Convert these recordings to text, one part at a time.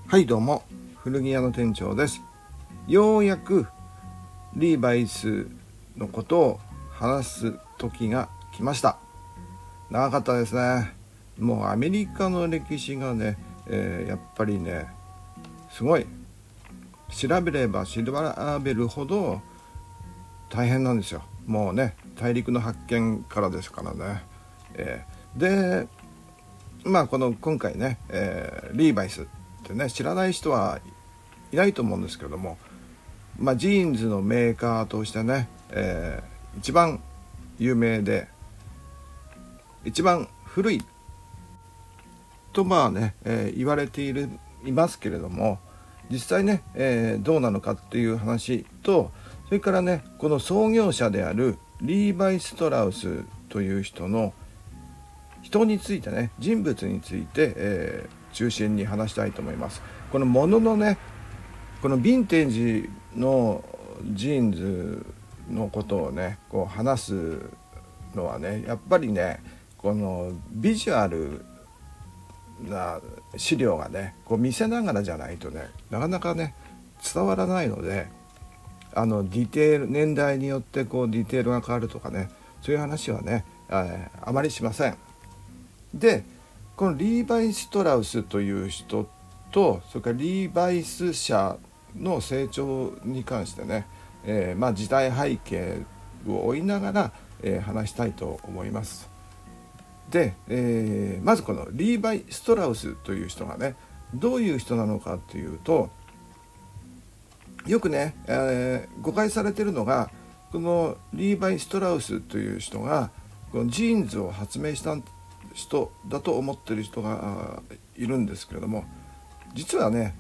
はいどうも、古着屋の店長です。ようやくリーバイスのことを話す時が来ました。長かったですね。もうアメリカの歴史がね、やっぱりねすごい、調べれば調べるほど大変なんですよ。もうね、大陸の発見からですからね。でこの今回ね、リーバイスってね、知らない人はいないと思うんですけれども、ジーンズのメーカーとしてね、一番有名で一番古いと言われていますけれども、実際ね、どうなのかっていう話と、それからね、この創業者であるリーバイ・ストラウスという人についてね、人物について、中心に話したいと思います。このもののね、このヴィンテージのジーンズのことをねこう話すのはね、やっぱりね、このビジュアルな資料がねこう見せながらじゃないとね、なかなかね伝わらないので、ディテール、年代によってこうディテールが変わるとかね、そういう話はね、あまりしません。で、このリーバイ・ストラウスという人と、それからリーバイス社の成長に関してね、時代背景を追いながら、話したいと思います。で、まずこのリーバイ・ストラウスという人がね、どういう人なのかっていうと、よくね、誤解されているのが、このリーバイ・ストラウスという人がこのジーンズを発明した人だと思っている人がいるんですけれども、実はね、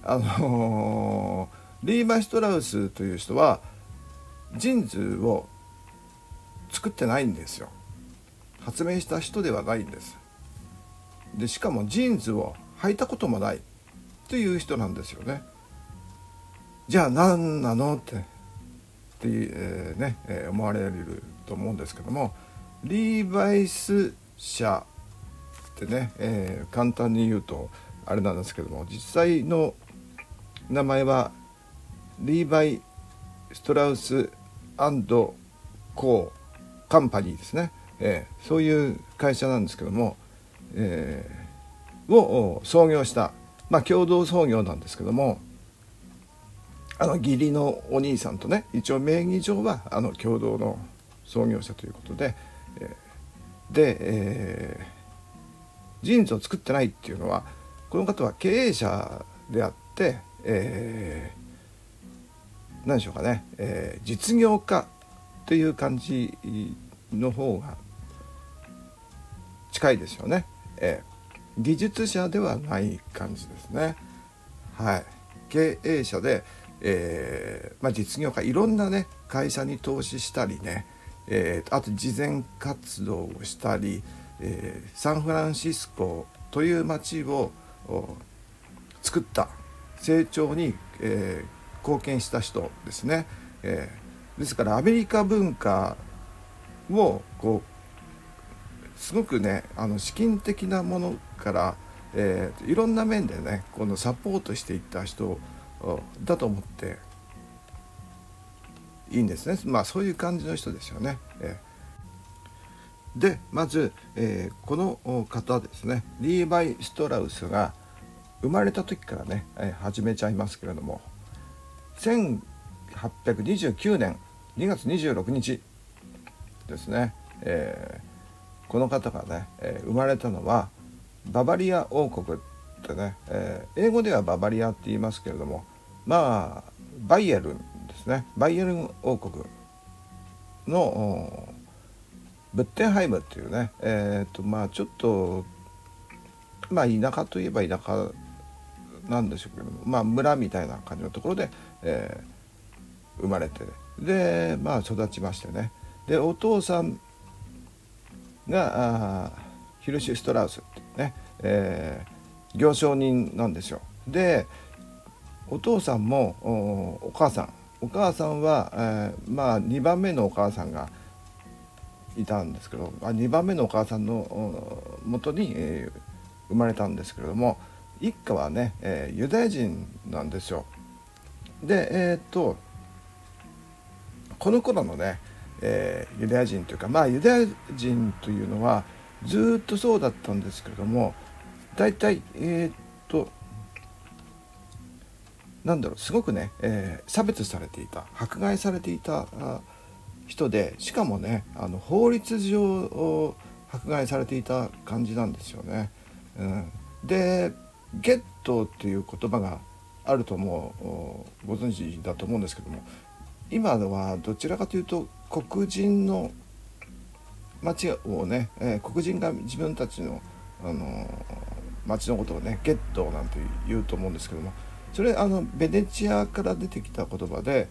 リーバイ・ストラウスという人はジーンズを作ってないんですよ。発明した人ではないんです。でしかもジーンズを履いたこともないという人なんですよね。じゃあ何なのって思われると思うんですけども、リーバイス社ってね、簡単に言うとあれなんですけども、実際の名前はリーバイ・ストラウス&コーカンパニーですね、そういう会社なんですけども、を創業した、共同創業なんですけども、義理のお兄さんとね、一応名義上は共同の創業者ということで、ジーンズを作ってないっていうのは、この方は経営者であって、何でしょうかね、実業家という感じの方が近いですよね。技術者ではない感じですね。はい、経営者で、実業家、いろんなね会社に投資したりね、あと慈善活動をしたり、サンフランシスコという街を作った成長に、貢献した人ですね。ですからアメリカ文化をこうすごくね、資金的なものから、いろんな面でねこのサポートしていった人だと思っていいんですね。そういう感じの人ですよね。でまず、この方ですね、リーバイ・ストラウスが生まれた時からね、始めちゃいますけれども、1829年2月26日ですね、この方がね、生まれたのはババリア王国ってね、英語ではババリアって言いますけれども、バイエルンですね、バイエルン王国のブッテンハイムっていうね、ちょっと田舎といえば田舎なんでしょうけども、村みたいな感じのところで、生まれて、で育ちましてね。でお父さんがヒルシュ・ストラウスってね、行商人なんですよ。でお父さんもお母さんは、2番目のお母さんがいたんですけど、2番目のお母さんの元に、生まれたんですけれども、 一家はね、ユダヤ人なんですよ。でこの頃のね、ユダヤ人というか、ユダヤ人というのはずっとそうだったんですけれども、だいたいすごくね、差別されていた、迫害されていた人で、しかもね法律上迫害されていた感じなんですよね。でゲットっていう言葉があるともご存知だと思うんですけども、今はどちらかというと黒人の町をね、黒人が自分たちの、町のことをねゲットなんて言うと思うんですけども、それベネチアから出てきた言葉で、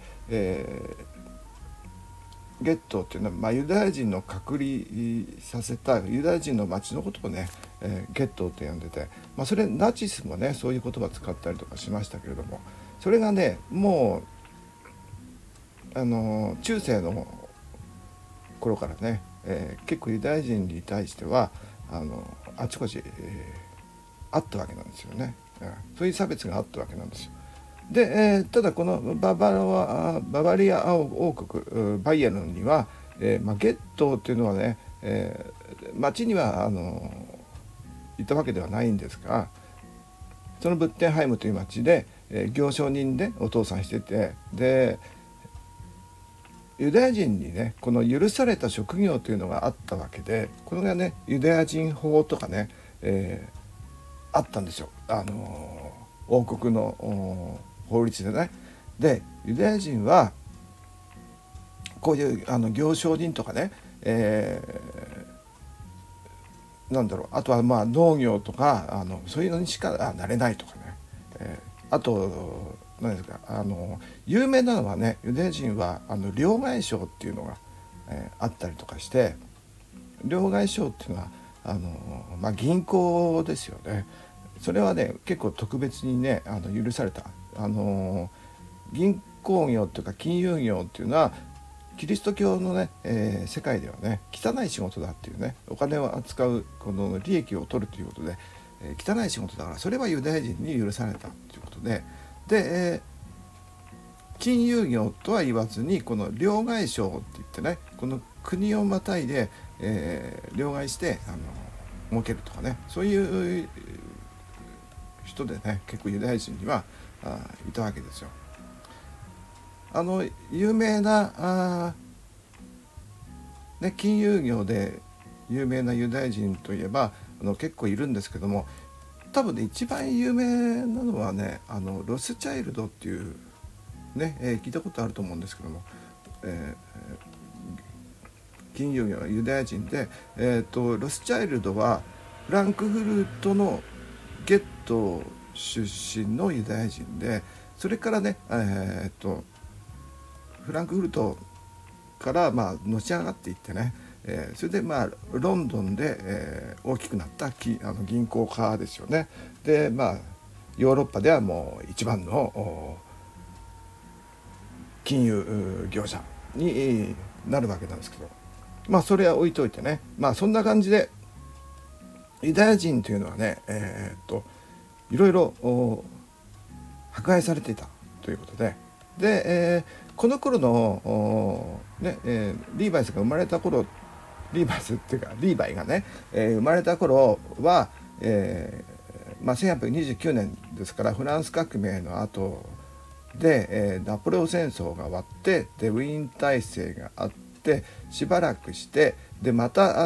ゲットっていうのは、ユダヤ人の隔離させたユダヤ人の町のことをね、ゲットって呼んでて、それナチスもねそういう言葉を使ったりとかしましたけれども、それがねもう中世の頃からね、結構ユダヤ人に対してはあちこち、あったわけなんですよね。そういう差別があったわけなんですよ。で、ただこのババリア王国バイエルンには、ゲットっていうのはね、町にはいたわけではないんですが、そのブッテンハイムという町で、行商人でお父さんしてて、でユダヤ人にねこの許された職業というのがあったわけで、これがねユダヤ人法とかね、あったんですよ、王国の法律でね。でユダヤ人はこういう行商人とかね、あとは農業とかそういうのにしかなれないとかね、あと何ですか、有名なのはね、ユダヤ人は両替商っていうのが、あったりとかして、両替商っていうのは銀行ですよね。それはね結構特別にね許された、銀行業というか金融業っていうのはキリスト教のね、世界ではね汚い仕事だっていうね、お金を扱うこの利益を取るということで、汚い仕事だから、それはユダヤ人に許されたということで、金融業とは言わずにこの両替商って言ってね、この国をまたいで、両替して儲けるとかね、そういう人でね結構ユダヤ人にはいたわけですよ。有名な金融業で有名なユダヤ人といえば結構いるんですけども、多分ね一番有名なのはねロスチャイルドっていうね、聞いたことあると思うんですけども、金融業はユダヤ人で、ロスチャイルドはフランクフルトのゲット出身のユダヤ人で、それからね、フランクフルトからのし上がっていってね、それでロンドンで、大きくなった銀行家ですよね。でヨーロッパではもう一番の金融業者になるわけなんですけど、それは置いといてね、そんな感じでユダヤ人というのはね、いろいろ迫害されていたということで、この頃のリーバイスが生まれた頃、リーバイがね、生まれた頃は、1829年ですから、フランス革命の後で、ナポレオン戦争が終わって、でウィーン体制があってしばらくして、でまた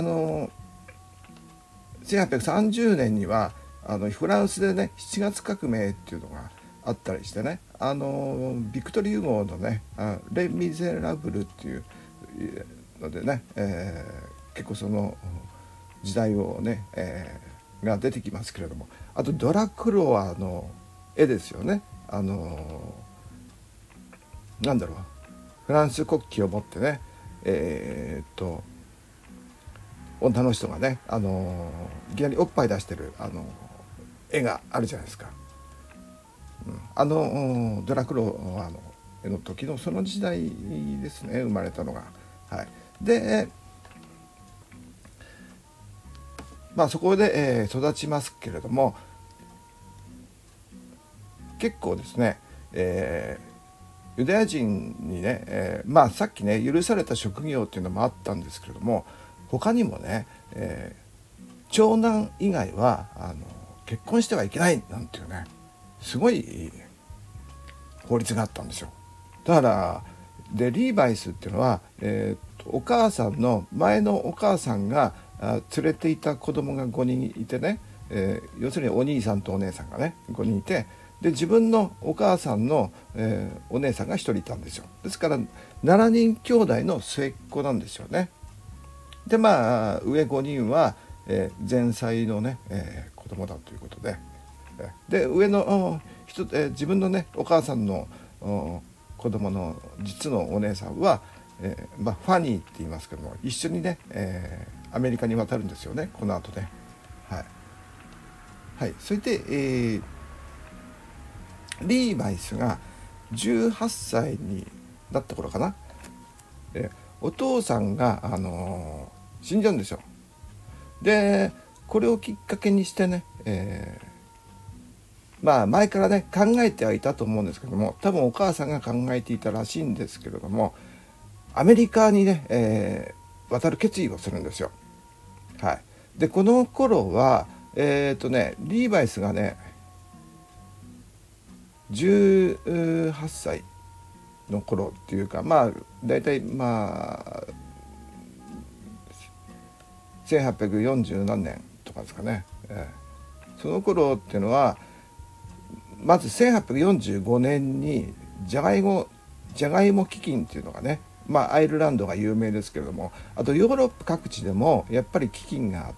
1830年にはフランスでね7月革命っていうのがあったりしてね、ビクトリー・ユゴーのねレ・ミゼラブルっていうのでね、結構その時代をね、が出てきますけれども、あとドラクロワの絵ですよね。フランス国旗を持ってね、女の人がねいきなりおっぱい出してる絵があるじゃないですか。ドラクロワの絵の時のその時代ですね、生まれたのが。でそこで、育ちますけれども、 結構ですね、ユダヤ人にね、さっきね許された職業っていうのもあったんですけれども、他にもね、長男以外は結婚してはいけないなんていうね、すごい法律があったんですよ。だからでリーバイスっていうのは、お母さんの前のお母さんが連れていた子供が5人いてね、要するにお兄さんとお姉さんがね5人いて、で自分のお母さんの、お姉さんが1人いたんですよ。ですから7人兄弟の末っ子なんですよね。で上5人は、前妻のね、子供だということで、で上の人、自分のねお母さんの子供の実のお姉さんは、ファニーって言いますけども、一緒にね、アメリカに渡るんですよね、この後ね。はい、それで、リーバイスが18歳になった頃かな、お父さんが、死んじゃうんですよ。でこれをきっかけにしてね、前からね考えてはいたと思うんですけども、多分お母さんが考えていたらしいんですけれども、アメリカにね、渡る決意をするんですよ。はい、でこの頃はリーバイスがね18歳の頃っていうか、だいたい1840何年とかですかね、その頃っていうのはまず1845年にじゃがいも飢饉っていうのがね、アイルランドが有名ですけれども、あとヨーロッパ各地でもやっぱり飢饉があって、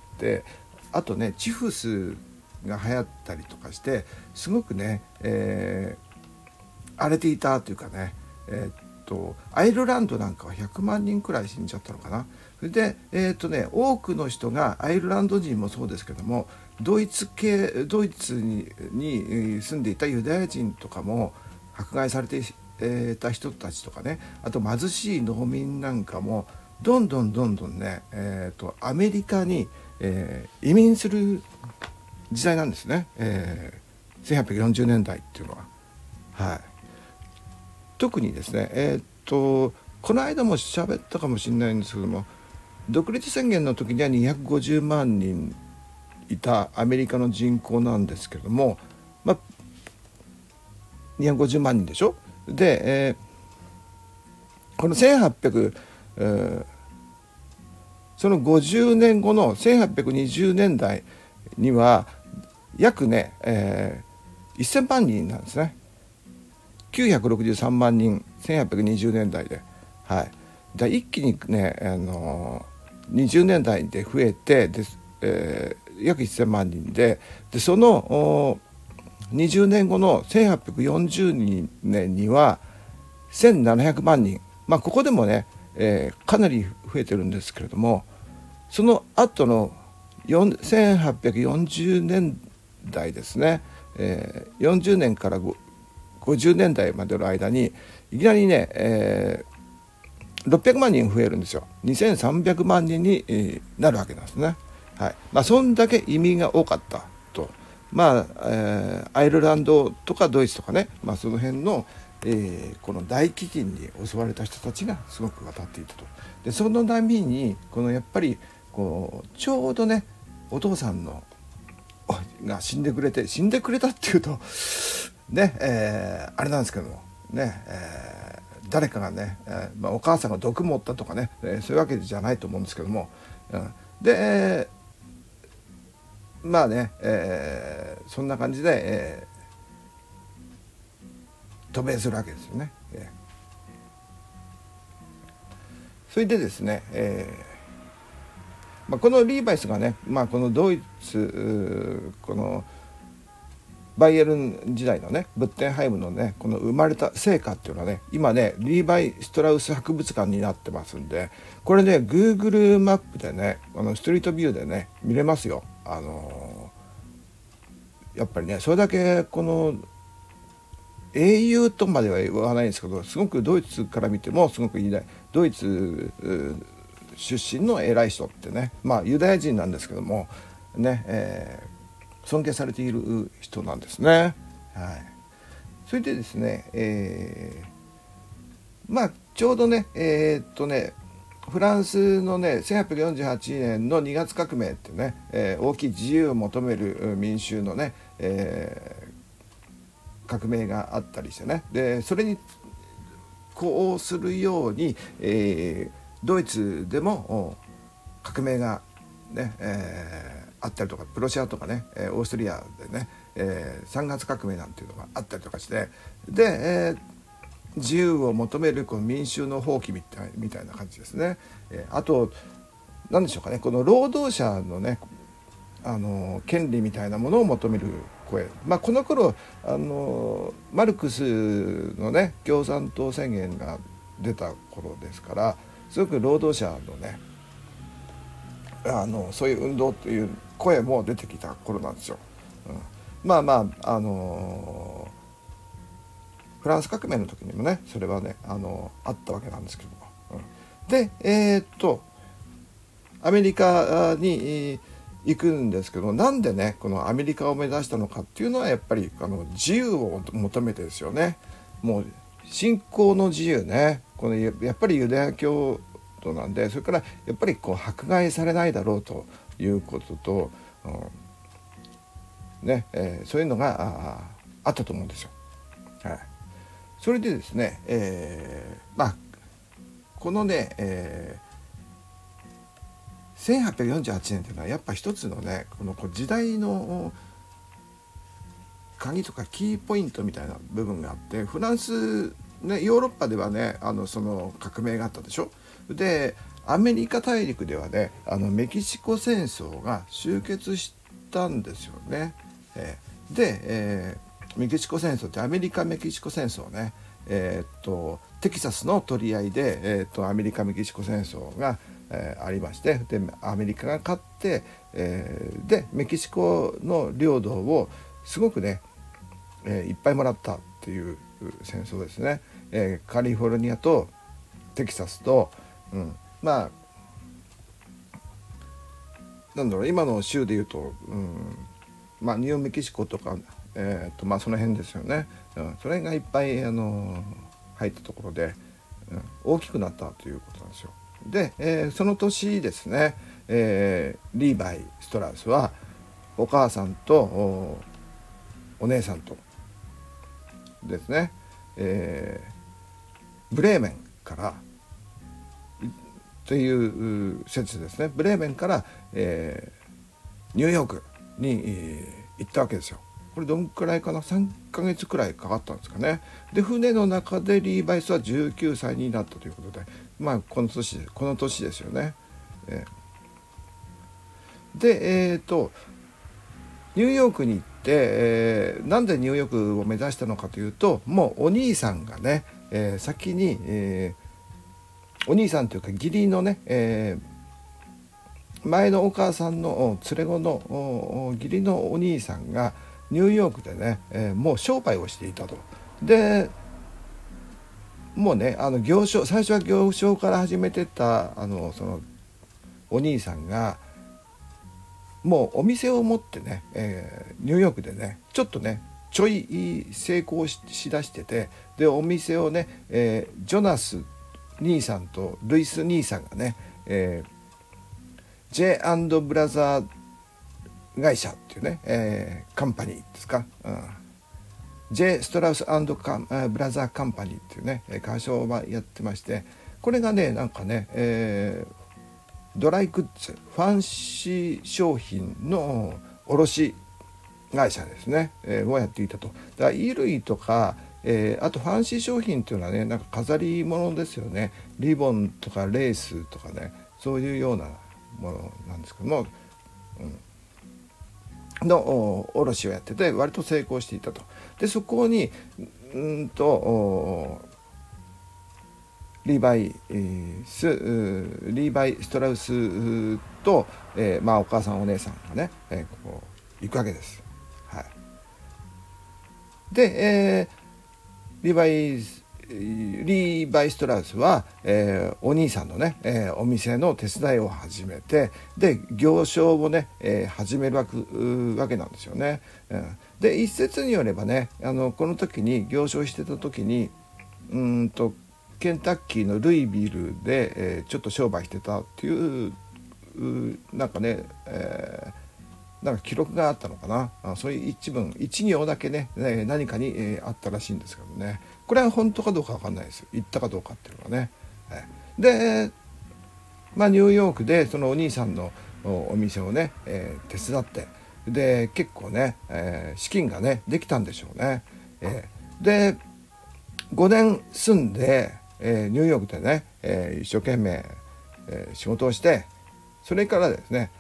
あとねチフスが流行ったりとかして、すごくね、荒れていたというかね、アイルランドなんかは100万人くらい死んじゃったのかな。それで、多くの人がアイルランド人もそうですけども、ドイツに住んでいたユダヤ人とかも迫害されていた人たちとかね、あと貧しい農民なんかもどんどんね、アメリカに、移民する時代なんですね、1840年代っていうのは。はい、特にですね、この間も喋ったかもしれないんですけども、独立宣言の時には250万人いたアメリカの人口なんですけれども、250万人でしょ。で、この1800、その50年後の1820年代には約ね、1000万人なんですね。963万人1820年代で、はい、で一気にね、20年代で増えてで、約1000万人で、その20年後の1840年には1700万人、ここでもね、かなり増えてるんですけれども、その後の1840年代ですね、40年から50年代までの間にいきなりね、600万人増えるんですよ。2300万人になるわけなんですね。はい、そんだけ移民が多かったと。アイルランドとかドイツとかね、その辺の、この大飢饉に襲われた人たちがすごく渡っていたと。でその波にやっぱりちょうどねお父さんのが死んでくれたっていうとね、あれなんですけどもね、誰かがね、お母さんが毒持ったとかね、そういうわけじゃないと思うんですけども、で、そんな感じで、渡米するわけですよね。それでですね、このリーバイスがね、このドイツこのバイエルン時代のねブッテンハイムのねこの生まれた成果っていうのはね、今ねリーバイ・ストラウス博物館になってますんで、これね Google マップでねストリートビューでね見れますよ。やっぱりねそれだけこの英雄とまでは言わないんですけど、すごくドイツから見てもすごくいいね、ドイツ出身の偉い人ってね、ユダヤ人なんですけどもね、尊敬されている人なんですね。はい、 それでですね、ちょうどねフランスのね1848年の2月革命ってね、大きい自由を求める民衆のね、革命があったりしてね、でそれにこうするように、ドイツでも革命がね、あったりとか、プロシアとかね、オーストリアでね、3月革命なんていうのがあったりとかして、で、自由を求めるこの民衆の放棄みたいな感じですね。あと何でしょうかね、この労働者のね権利みたいなものを求める声、この頃マルクスのね共産党宣言が出た頃ですから、すごく労働者のねそういう運動という声も出てきた頃なんですよ。フランス革命の時にもねそれはねあったわけなんですけども、でアメリカに行くんですけど、なんでねこのアメリカを目指したのかっていうのはやっぱり自由を求めてですよね。もう信仰の自由ね、このやっぱりユダヤ教徒なんで、それからやっぱり迫害されないだろうということと、そういうのがあったと思うんですよ。はい、それでですね、このね、1848年というのはやっぱ一つのねこの時代の鍵とかキーポイントみたいな部分があって、フランス、ね、ヨーロッパではねその革命があったでしょ。でアメリカ大陸ではねメキシコ戦争が終結したんですよね。で、メキシコ戦争ってアメリカメキシコ戦争ね、テキサスの取り合いで、アメリカメキシコ戦争が、ありまして、でアメリカが勝って、でメキシコの領土をすごくね、いっぱいもらったっていう戦争ですね。カリフォルニアとテキサスと、なんだろう、今の州でいうと、ニューメキシコとか、その辺ですよね。それがいっぱい入ったところで、大きくなったということなんですよ。で、その年ですね、リーバイ・ストラウスはお母さんとお姉さんとですね、ブレーメンからという説ですね。ブレーメンから、ニューヨークに、行ったわけですよ。これどんくらいかな、3ヶ月くらいかかったんですかね。で船の中でリーバイスは19歳になったということで、この年ですよね。でニューヨークに行って、なんでニューヨークを目指したのかというと、もうお兄さんがね、先に、お兄さんというか義理のね、前のお母さんの連れ子の義理のお兄さんがニューヨークでね、もう商売をしていたと。でもうね最初は行商から始めてたそのお兄さんがもうお店を持ってね、ニューヨークでねちょっとねちょい成功 しだしてて、でお店をね、ジョナス兄さんとルイス兄さんがね、J& ブラザー会社っていうね、カンパニーですか、J ストラウス&ブラザーカンパニーっていうね会社をやってまして、これがねなんかね、ドライグッズファンシー商品の卸会社ですね、をやっていたと。だから衣類とか、あとファンシー商品っていうのはねなんか飾り物ですよね。リボンとかレースとかね、そういうようなものなんですけども、の卸をやってて割と成功していたと。でそこにリーバイ・ストラウスと、お母さんお姉さんがね、こう行くわけです。はい、で、リーバイ・スリーバイ・ストラウスは、お兄さんのね、お店の手伝いを始めて、で行商をね、始めるわけなんですよね。で一説によればね、この時に行商してた時にケンタッキーのルイビルで、ちょっと商売してたっていうなんかね、なんか記録があったのかな。そういう一行だけね、何かに、あったらしいんですけどね、これは本当かどうか分かんないです。言ったかどうかっていうのはね。で、ニューヨークでそのお兄さんのお店をね、手伝って、で結構ね、資金がねできたんでしょうね。で5年住んで、ニューヨークでね、一生懸命、仕事をして、それからですね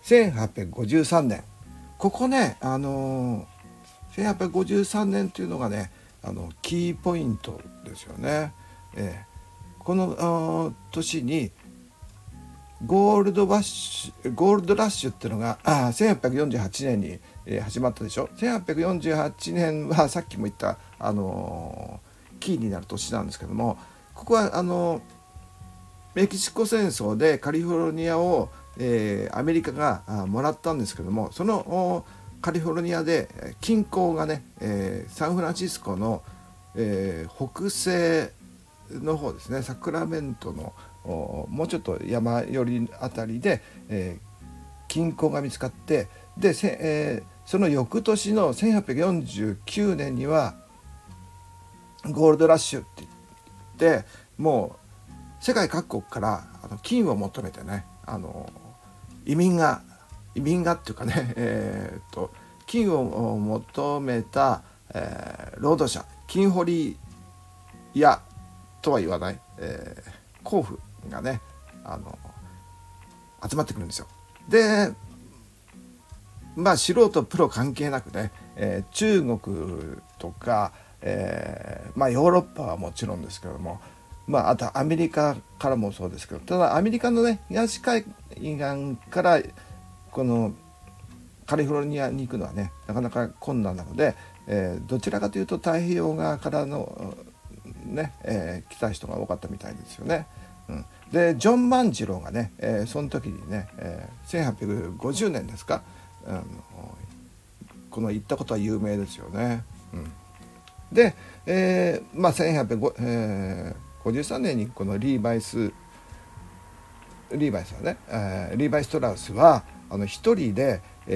1853年、ここね、1853年というのがねキーポイントですよね。この年にゴールドラッシュっていうのが1848年に、始まったでしょ。1848年はさっきも言った、キーになる年なんですけども、ここはメキシコ戦争でカリフォルニアを、アメリカがもらったんですけども、そのカリフォルニアで金鉱がね、サンフランシスコの、北西の方ですね、サクラメントのもうちょっと山寄りあたりで、金鉱が見つかって、で、その翌年の1849年にはゴールドラッシュって言って、もう世界各国から金を求めてね、移民がっていうかね、金を求めた、労働者、金掘り屋とは言わない、鉱夫がね集まってくるんですよ。で素人プロ関係なくね、中国とか、ヨーロッパはもちろんですけども、あとアメリカからもそうですけど、ただアメリカのね東海岸からこのカリフォルニアに行くのはねなかなか困難なので、どちらかというと太平洋側からのね、来た人が多かったみたいですよね。でジョン万次郎がね、その時にね、1850年ですか、この行ったことは有名ですよね。で、1853年にこのリーバイスはね、リーバイ・ストラウスは一人で、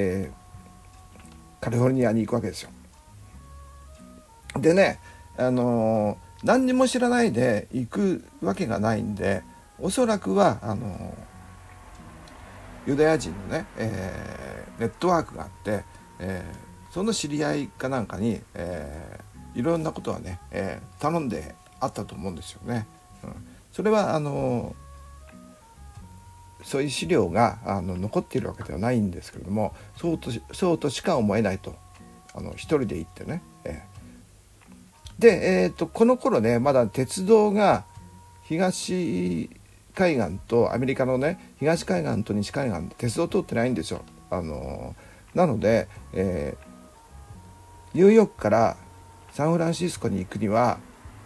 カリフォルニアに行くわけですよ。でね、何にも知らないで行くわけがないんで、おそらくはユダヤ人のね、ネットワークがあって、その知り合いかなんかに、いろんなことはね、頼んであったと思うんですよね。それはそういう資料が残っているわけではないんですけれども、そうとしか思えないと、一人で行ってね、で、この頃ねまだ鉄道が東海岸とアメリカのね東海岸と西海岸鉄道通ってないんですよ。なので、ニューヨークからサンフランシスコに行くには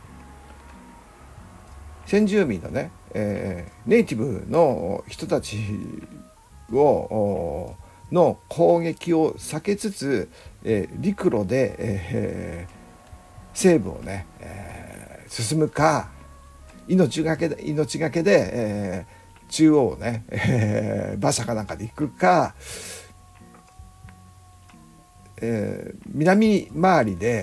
先住民のね、ネイティブの人たちの攻撃を避けつつ、陸路で、西部をね、進むか、命がけで、中央をね、馬車かなんかで行くか、南回りで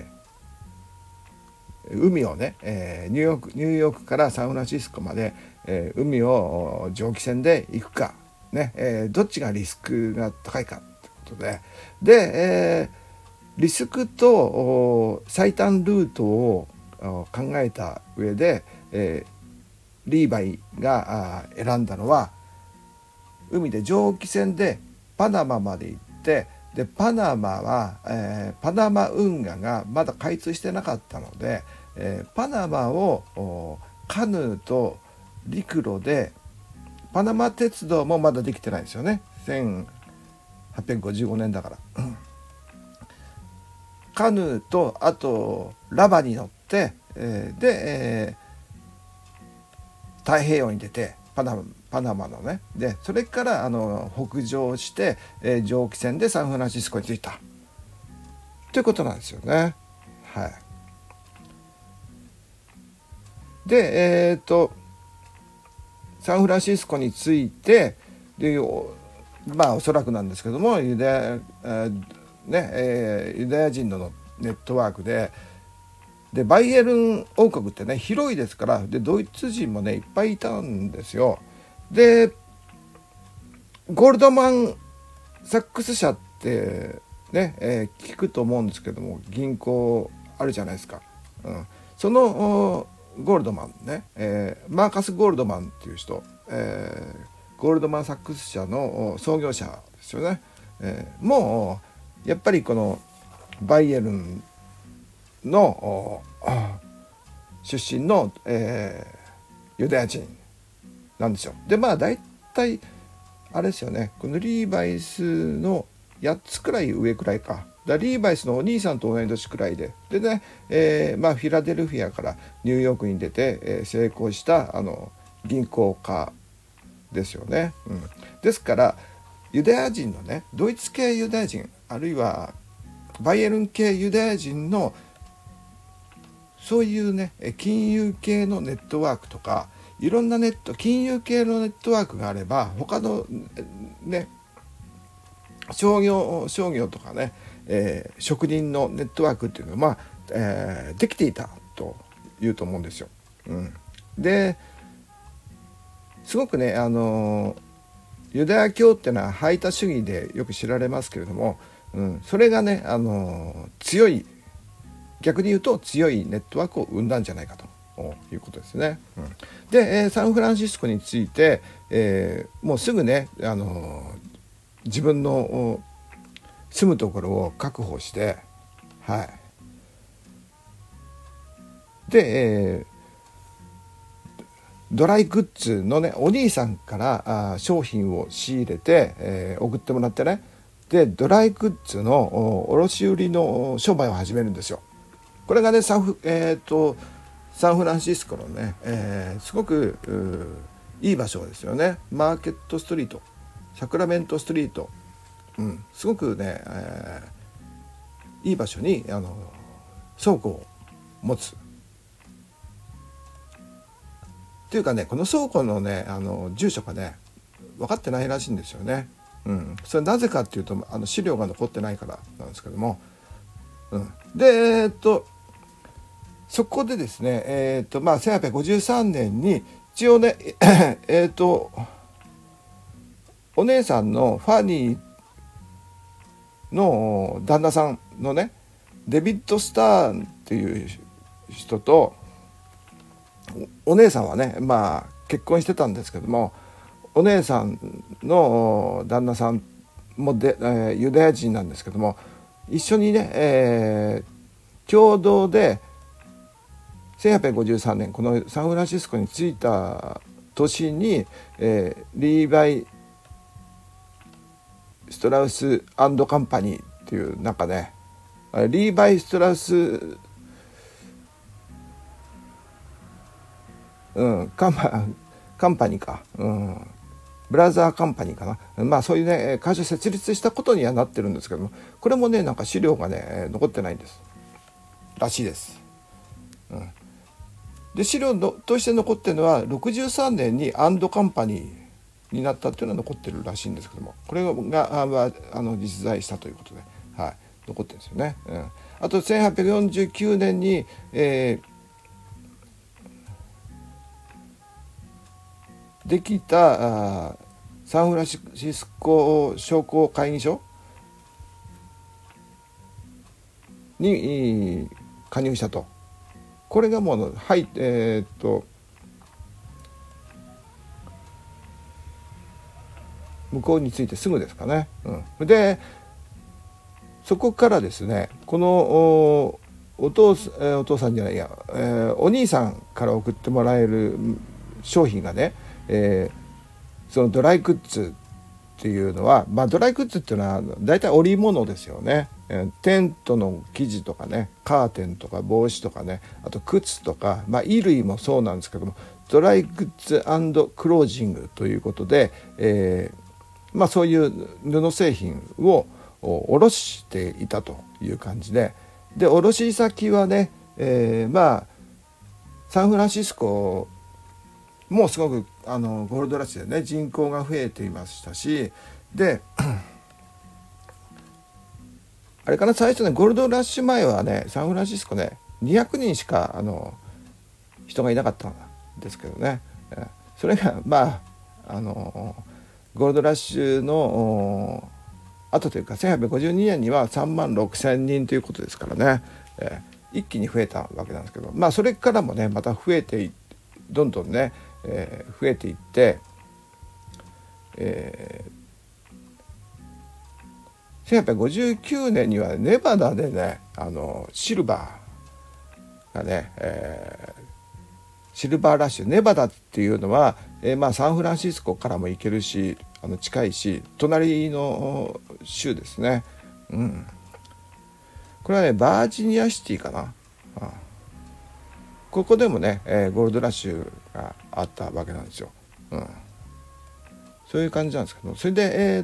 海をね、ニューヨークからサンフランシスコまで、海を蒸気船で行くか、ね、どっちがリスクが高いかってことで、リスクと最短ルートを考えた上で、リーバイが選んだのは海で蒸気船でパナマまで行って、でパナマは、パナマ運河がまだ開通してなかったので、パナマをカヌーと陸路で、パナマ鉄道もまだできてないですよね、1855年だからカヌーとあとラバに乗って、 太平洋に出てパナマのね、でそれから北上して、蒸気船でサンフランシスコに着いたということなんですよね。はい。でサンフランシスコに着いて、でおそらくなんですけどもユダヤ人のネットワークでバイエルン王国ってね広いですから、でドイツ人もねいっぱいいたんですよ。でゴールドマン・サックス社ってね、聞くと思うんですけども、銀行あるじゃないですか。そのゴールドマンね、マーカス・ゴールドマンっていう人、ゴールドマン・サックス社の創業者ですよね。もうやっぱりこのバイエルンの出身の、ユダヤ人なんですよ。で大体あれですよね、このリーバイスの8つくらい上くらいか。リーバイスのお兄さんと同い年くらいでね、フィラデルフィアからニューヨークに出て、成功した銀行家ですよね。ですからユダヤ人のね、ドイツ系ユダヤ人あるいはバイエルン系ユダヤ人のそういうね金融系のネットワークとか、いろんな金融系のネットワークがあれば他のね商業とかね、職人のネットワークっていうのは、できていたというと思うんですよ。ですごくねユダヤ教っていうのは排他主義でよく知られますけれども、それがね逆に言うと強いネットワークを生んだんじゃないかということですね。で、サンフランシスコについて、もうすぐね自分の住むところを確保して、で、ドライグッズのねお兄さんから商品を仕入れて、送ってもらってね、でドライグッズの卸売の商売を始めるんですよ。これがねサンフランシスコのね、すごくいい場所ですよね。マーケットストリート、サクラメントストリート、すごくね、いい場所に倉庫を持つっていうかね、この倉庫のね住所がね分かってないらしいんですよね。それなぜかっていうと資料が残ってないからなんですけども、でそこでですね1853年に一応ねお姉さんのファニーの旦那さんのねデビッド・スターンっていう人とお姉さんはね結婚してたんですけども、お姉さんの旦那さんもユダヤ人なんですけども、一緒にね、共同で1853年このサンフランシスコに着いた年に、リーバイ・ストラウス&カンパニーっていうなんかねリーバイ・ストラウスカンパニーか、ブラザーカンパニーかな、そういうね会社設立したことにはなってるんですけども、これもねなんか資料がね残ってないんですらしいです。で資料として残ってるのは63年にアンドカンパニーになったっていうのは残ってるらしいんですけども、これが実在したということで、残ってるんですよね。あと1849年に、できたサンフランシスコ商工会議所に加入したと。これがもう向こうについてすぐですかね。でそこからですねこのお父さんじゃないや、お兄さんから送ってもらえる商品がね、そのドライグッズっていうのは、ドライグッズっていうのは大体織物ですよね。 テントの生地とかね、カーテンとか帽子とかね、あと靴とか、衣類もそうなんですけども、ドライグッズ&クロージングということで、そういう布製品を卸していたという感じで、卸先はね、サンフランシスコもうすごくゴールドラッシュでね、人口が増えていましたし、であれかな、最初ね、ゴールドラッシュ前はね、サンフランシスコね、200人しか人がいなかったんですけどね、それがゴールドラッシュの後というか1852年には3万6千人ということですからね、一気に増えたわけなんですけど、それからもねまたどんどんね、増えていって、1859年にはネバダでね、シルバーがね、シルバーラッシュ、ネバダっていうのは、サンフランシスコからも行けるし、近いし、隣の州ですね、これはねバージニアシティかな、ここでもね、ゴールドラッシュがあったわけなんですよ、そういう感じなんですけど、それで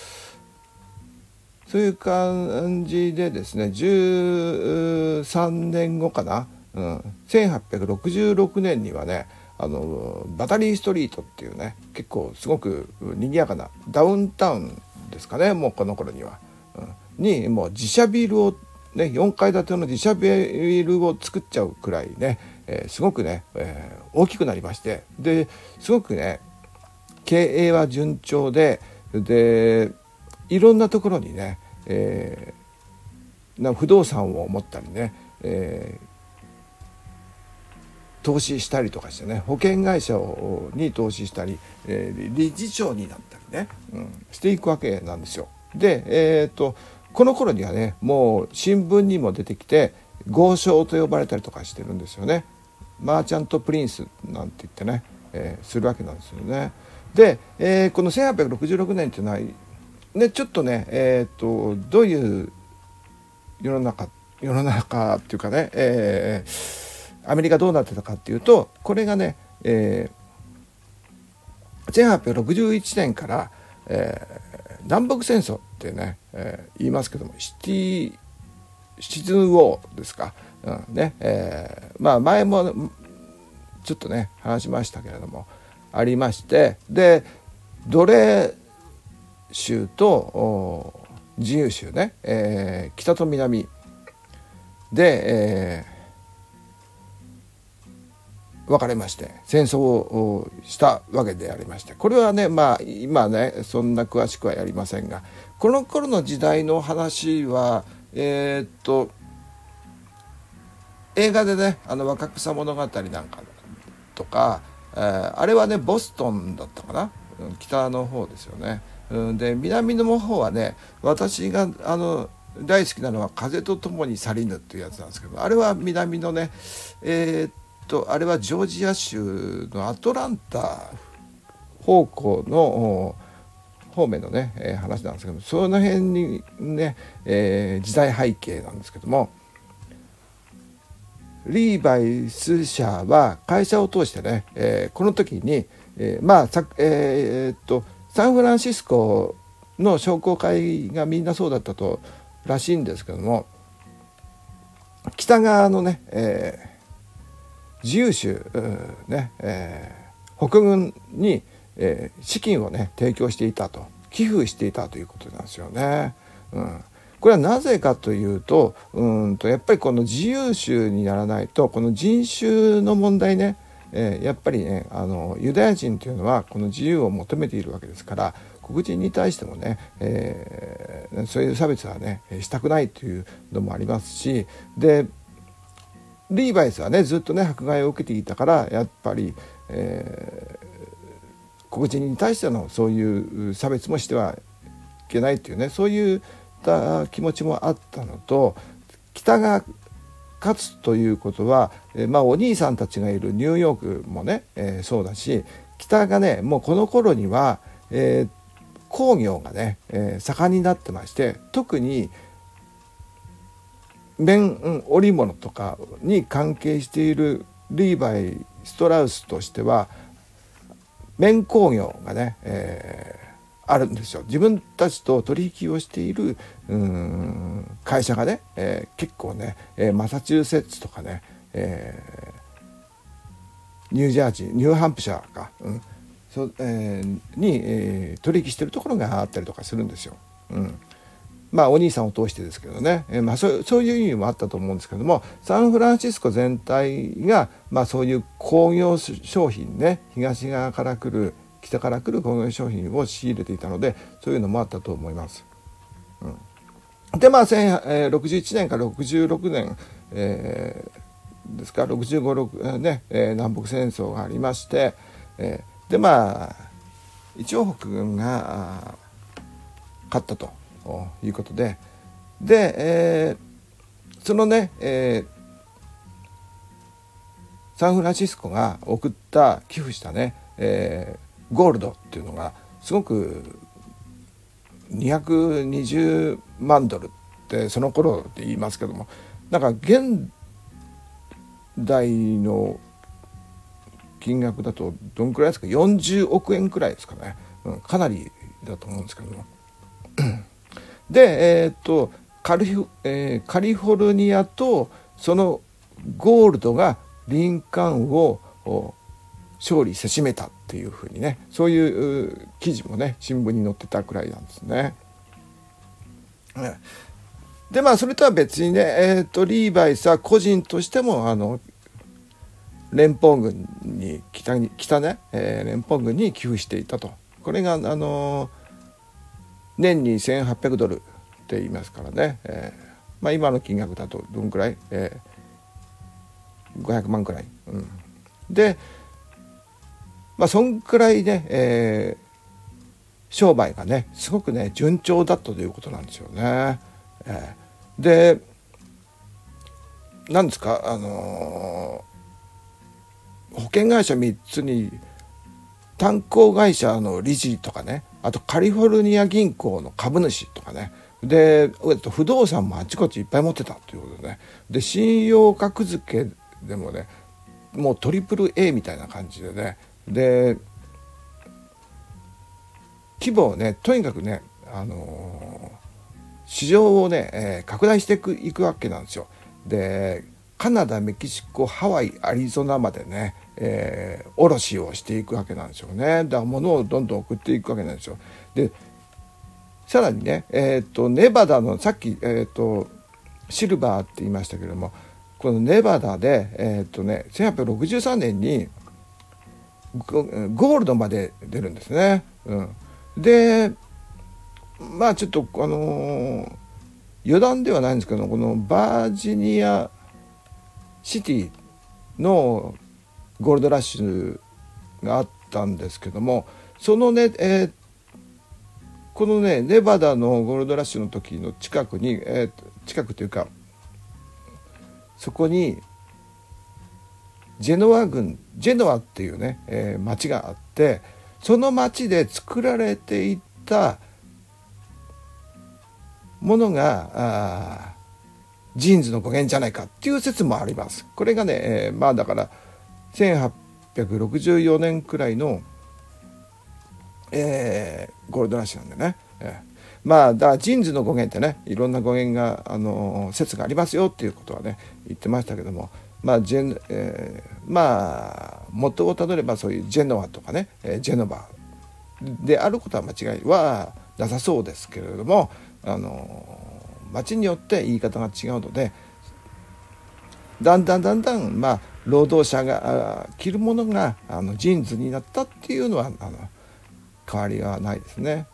そういう感じでですね、13年後かな、1866年にはね、バタリーストリートっていうね、結構すごく賑やかなダウンタウンですかね、もうこの頃には、にもう自社ビルをね、4階建ての自社ビルを作っちゃうくらいね、すごくね、大きくなりまして、ですごくね経営は順調で、いろんなところにね、不動産を持ったりね、投資したりとかしてね、保険会社に投資したり、理事長になったりね、していくわけなんですよ。で、この頃にはね、もう新聞にも出てきて豪商と呼ばれたりとかしてるんですよね。マーチャントプリンスなんて言ってね、するわけなんですよね。で、この1866年っていうのはね、ちょっとね、どういう世の中っていうかね、アメリカどうなってたかっていうと、これがね、1861年から、南北戦争ってね、言いますけども、シチズンウォーですか、前もちょっとね話しましたけれどもありまして、で奴隷州と自由州ね、北と南で、分かれまして戦争をしたわけでありまして、これはね今ねそんな詳しくはやりませんが、この頃の時代の話は映画でね、若草物語なんかとか、あれはねボストンだったかな、北の方ですよね。で南の方はね、私が大好きなのは風と共に去りぬっていうやつなんですけど、あれは南のね、あれはジョージア州のアトランタ方向の方面のね、話なんですけども、その辺にね、時代背景なんですけども、リーバイス社は会社を通してね、この時に、サンフランシスコの商工会がみんなそうだったとらしいんですけども、北側のね、自由州、北軍に、資金をね提供していたと、寄付していたということなんですよね。これはなぜかというと、やっぱりこの自由州にならないと、この人種の問題ね、やっぱりねユダヤ人というのはこの自由を求めているわけですから、黒人に対してもね、そういう差別はねしたくないというのもありますし、でリーバイスはねずっとね迫害を受けていたから、やっぱり、黒人に対してのそういう差別もしてはいけないというね、そういった気持ちもあったのと、北が勝つということは、お兄さんたちがいるニューヨークもね、そうだし、北がねもうこの頃には、工業がね、盛んになってまして、特に綿織物とかに関係しているリーバイ・ストラウスとしては綿工業がね、あるんですよ。自分たちと取引をしている会社がね、結構ね、マサチューセッツとかね、ニュージャージーニューハンプシャーか、に、取引してるところがあったりとかするんですよ。まあお兄さんを通してですけどね、そういう意味もあったと思うんですけども、サンフランシスコ全体が、そういう工業商品ね、東側から来る北から来る工業商品を仕入れていたので、そういうのもあったと思います。で1061年から66年、ですか65、6ね、南北戦争がありまして、で一応北軍が勝ったということで、そのね、サンフランシスコが送った寄付したね、ゴールドっていうのがすごく220万ドルってその頃で言いますけども、なんか現代の金額だとどんくらいですか、40億円くらいですかね、かなりだと思うんですけどもで、カリフォルニアとそのゴールドがリンカーンを勝利せしめたっていうふうにね、そういう記事もね新聞に載ってたくらいなんですね。でそれとは別にね、リーバイスは個人としても連邦軍に北ね、連邦軍に寄付していたと。これが年に1800ドルって言いますからね、今の金額だとどんくらい、500万くらい、でそんくらいね、商売がねすごくね順調だったということなんですよね。で何ですか、保険会社3つに炭鉱会社の理事とかね、あとカリフォルニア銀行の株主とかね、で不動産もあちこちいっぱい持ってたということでね、で信用格付けでもねもうトリプル A みたいな感じでね、で規模をねとにかくね、市場をね、拡大していくわけなんですよ。でカナダ、メキシコ、ハワイ、アリゾナまでね、卸をしていくわけなんですよね。だから物をどんどん送っていくわけなんですよ。でさらにね、ネバダのさっき、シルバーって言いましたけども、このネバダで、1863年にゴールドまで出るんですね。でちょっと余談ではないんですけど、このバージニアシティのゴールドラッシュがあったんですけども、そのね、このねネバダのゴールドラッシュの時の近くに、近くというかそこにジェノアっていうね、町があって、その町で作られていたものがジーンズの語源じゃないかっていう説もあります。これがね、だから1864年くらいの、ゴールドラッシュなんでね、だからジーンズの語源ってねいろんな語源が説がありますよっていうことはね言ってましたけども、元をたどればそういうジェノアとかね、ジェノバであることは間違いはなさそうですけれども、町によって言い方が違うので、だんだん労働者が着るものがジーンズになったっていうのは変わりがないですね。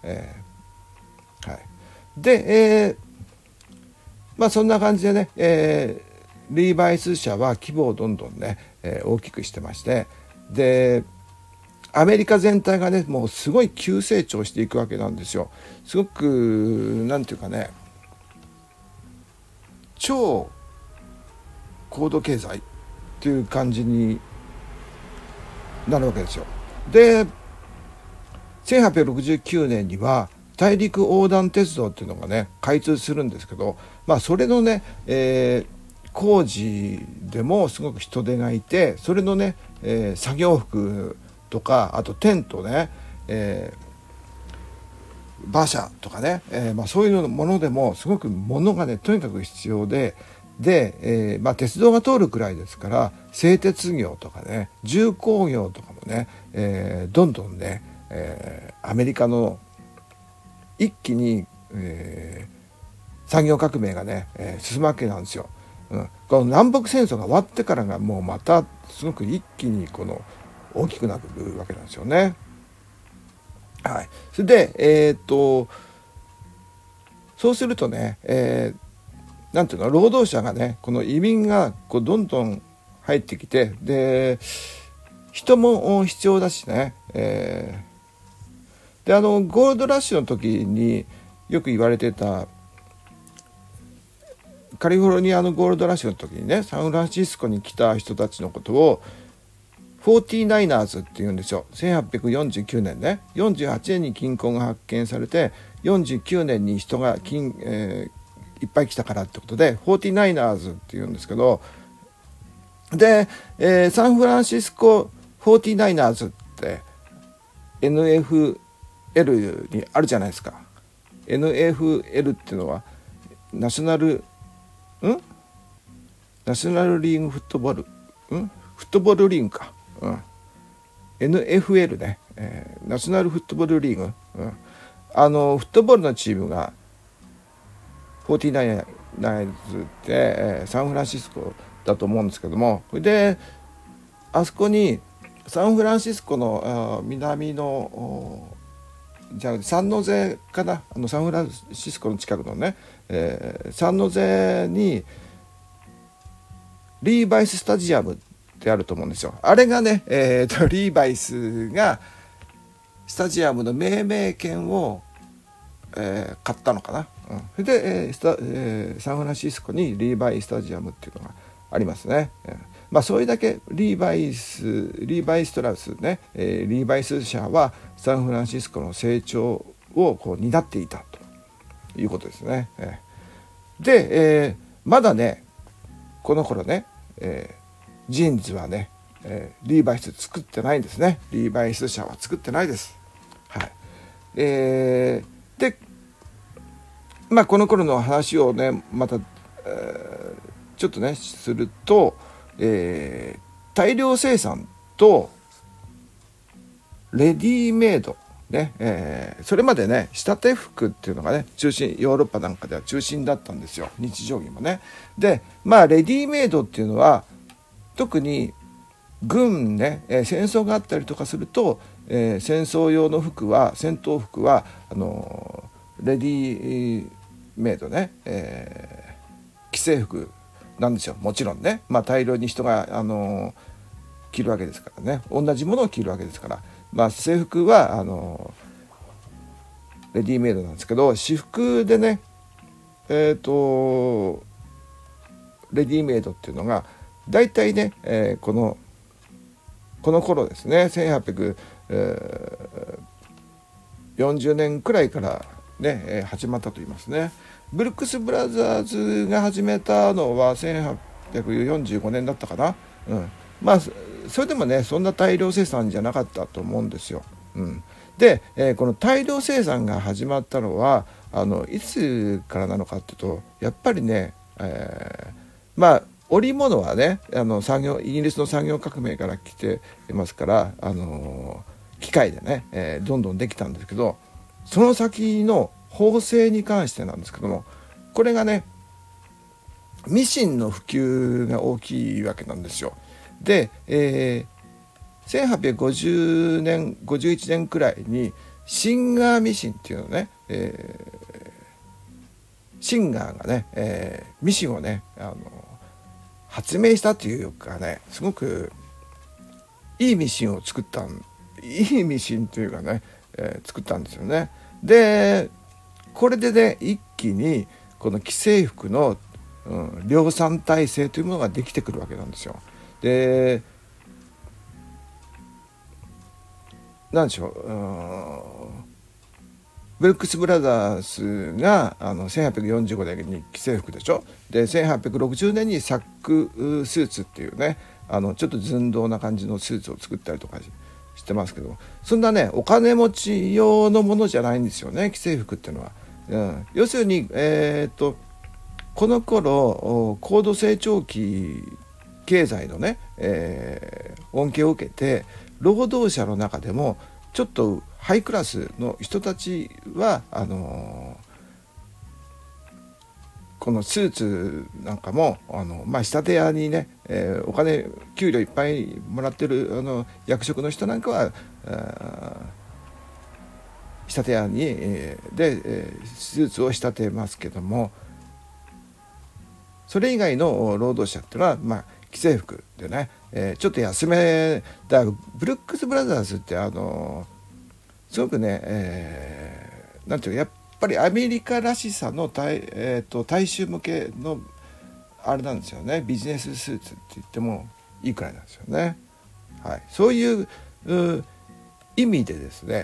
で、そんな感じでね、リーバイス社は規模をどんどんね、大きくしてまして、でアメリカ全体がねもうすごい急成長していくわけなんですよ。すごくなんていうかね、超高度経済っていう感じになるわけですよ。で1869年には大陸横断鉄道っていうのがね開通するんですけど、それのね、工事でもすごく人手がいて、それのね、作業服とか、あとテントね、馬車とかね、そういうものでもすごく物がねとにかく必要で、鉄道が通るくらいですから、製鉄業とかね重工業とかもね、どんどんね、アメリカの一気に、産業革命がね、進むわけなんですよ。この南北戦争が終わってからがもうまたすごく一気に大きくなるわけなんですよね。はい、それで、そうするとね、なんていうの、労働者がね、この移民がどんどん入ってきて、で人も必要だしね、でゴールドラッシュの時によく言われてた、カリフォルニアのゴールドラッシュの時にね、サンフランシスコに来た人たちのことを49ers って言うんですよ。1849年ね、48年に金鉱が発見されて、49年に人がいっぱい来たからってことで 49ers って言うんですけど、で、サンフランシスコ 49ers って NFL にあるじゃないですか。 NFL っていうのはナショナルリーグフットボール、フットボールリーグか、NFL ね、ナショナルフットボールリーグ、フットボールのチームが49ers って、サンフランシスコだと思うんですけども、であそこにサンフランシスコの南のサンノゼかな、サンフランシスコの近くのね、サンノゼにリーバイススタジアムってあると思うんですよ。あれがね、リーバイスがスタジアムの命名権を、買ったのかな。それで、サンフランシスコにリーバイスタジアムっていうのがありますね。それだけリーバイストラウスね、リーバイス社はサンフランシスコの成長を担っていたということですね。で、まだねこの頃ね、ジーンズはね、リーバイス作ってないんですね。リーバイス社は作ってないです。はい。で、この頃の話をねまた、ちょっとねすると、大量生産とレディメイドね、それまでね仕立て服っていうのがね中心、ヨーロッパなんかでは中心だったんですよ、日常着もね。でレディメイドっていうのは特に軍ね、戦争があったりとかすると、戦争用の服は、戦闘服はレディメイドね、既製服なんですよ。もちろんね、大量に人が着るわけですからね、同じものを着るわけですから、制服はレディメイドなんですけど、私服でねレディメイドっていうのがだいたいね、この頃ですね、1840年くらいからね、始まったと言いますね。ブルックス・ブラザーズが始めたのは1845年だったかな。それでもねそんな大量生産じゃなかったと思うんですよ。で、この大量生産が始まったのはいつからなのかっていうと、やっぱりね、織物はねイギリスの産業革命から来ていますから、機械でね、どんどんできたんですけど、その先の縫製に関してなんですけども、これがねミシンの普及が大きいわけなんですよ。で、1850年51年くらいにシンガーミシンっていうのね、シンガーがね、ミシンをね発明したというかね、すごくいいミシンを作ったいいミシンというかね、作ったんですよね。でこれでね一気にこの既製服の、量産体制というものができてくるわけなんですよ。でなんでしょブルックス・ブラザースが1845年に既製服でしょ。で1860年にサックスーツっていうねちょっと寸胴な感じのスーツを作ったりとかしてますけど、そんなねお金持ち用のものじゃないんですよね、既製服っていうのは。要するに、この頃高度成長期経済のね、恩恵を受けて労働者の中でもちょっとハイクラスの人たちはこのスーツなんかも仕立て屋にね、お金給料いっぱいもらってる役職の人なんかは仕立て屋に、で、スーツを仕立てますけども、それ以外の労働者っていうのは既製服でね、ちょっと安めだ。ブルックス・ブラザーズってすごくね、なんていうかやっぱりアメリカらしさの大衆向けのあれなんですよね。ビジネススーツって言ってもいいくらいなんですよね。はい、そういう意味でですね、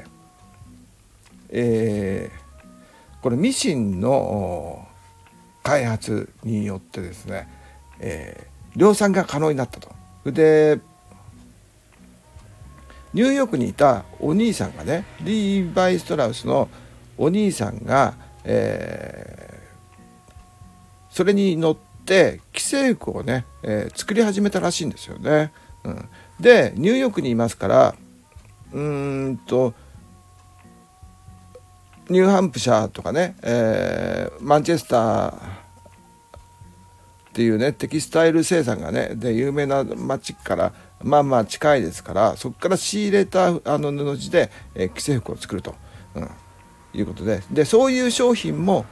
これミシンの開発によってですね、量産が可能になったと。でニューヨークにいたお兄さんがね、リーバイ・ストラウスのお兄さんが、それに乗って既製服をね、作り始めたらしいんですよね。でニューヨークにいますからニューハンプシャーとかね、マンチェスターっていうねテキスタイル生産がねで有名な町から近いですから、そこから仕入れた布地で、既製服を作ると、いうことで、そういう商品も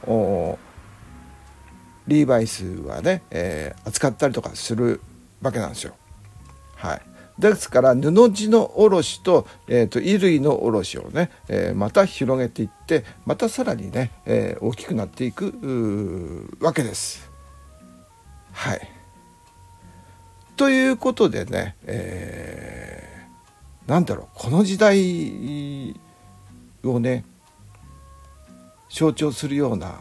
リーバイスはね、扱ったりとかするわけなんですよ。はい、ですから布地の卸と、衣類の卸をね、また広げていってまたさらにね、大きくなっていくわけです。はい。ということでね、この時代をね象徴するような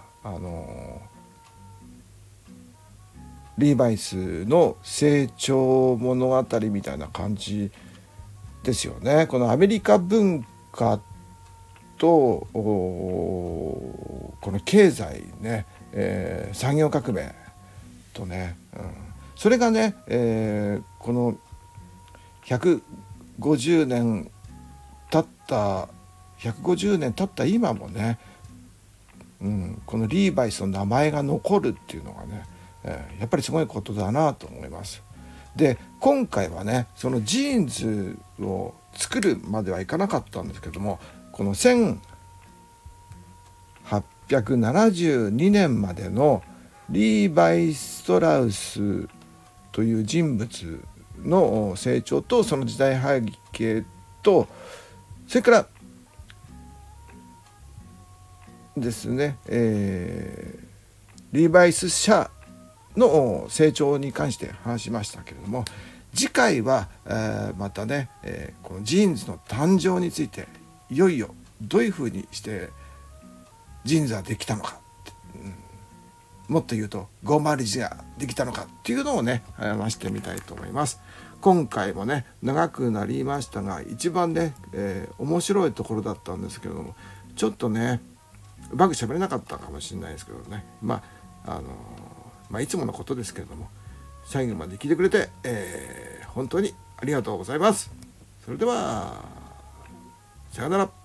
リーバイスの成長物語みたいな感じですよね。このアメリカ文化とこの経済ね、産業革命とね、それがね、この150年経った今もね、このリーバイスの名前が残るっていうのがね、やっぱりすごいことだなと思います。で今回はねそのジーンズを作るまではいかなかったんですけども、この1872年までのリーバイ・ストラウスという人物の成長とその時代背景と、それからですね、リーバイス社の成長に関して話しましたけれども、次回は、またね、このジーンズの誕生についていよいよどういうふうにしてジーンズはできたのか、もっと言うと501ができたのかっていうのをね話してみたいと思います。今回もね長くなりましたが一番ね、面白いところだったんですけれども、ちょっとねうまく喋れなかったかもしれないですけどね、いつものことですけれども最後まで聞いてくれて、本当にありがとうございます。それではさよなら。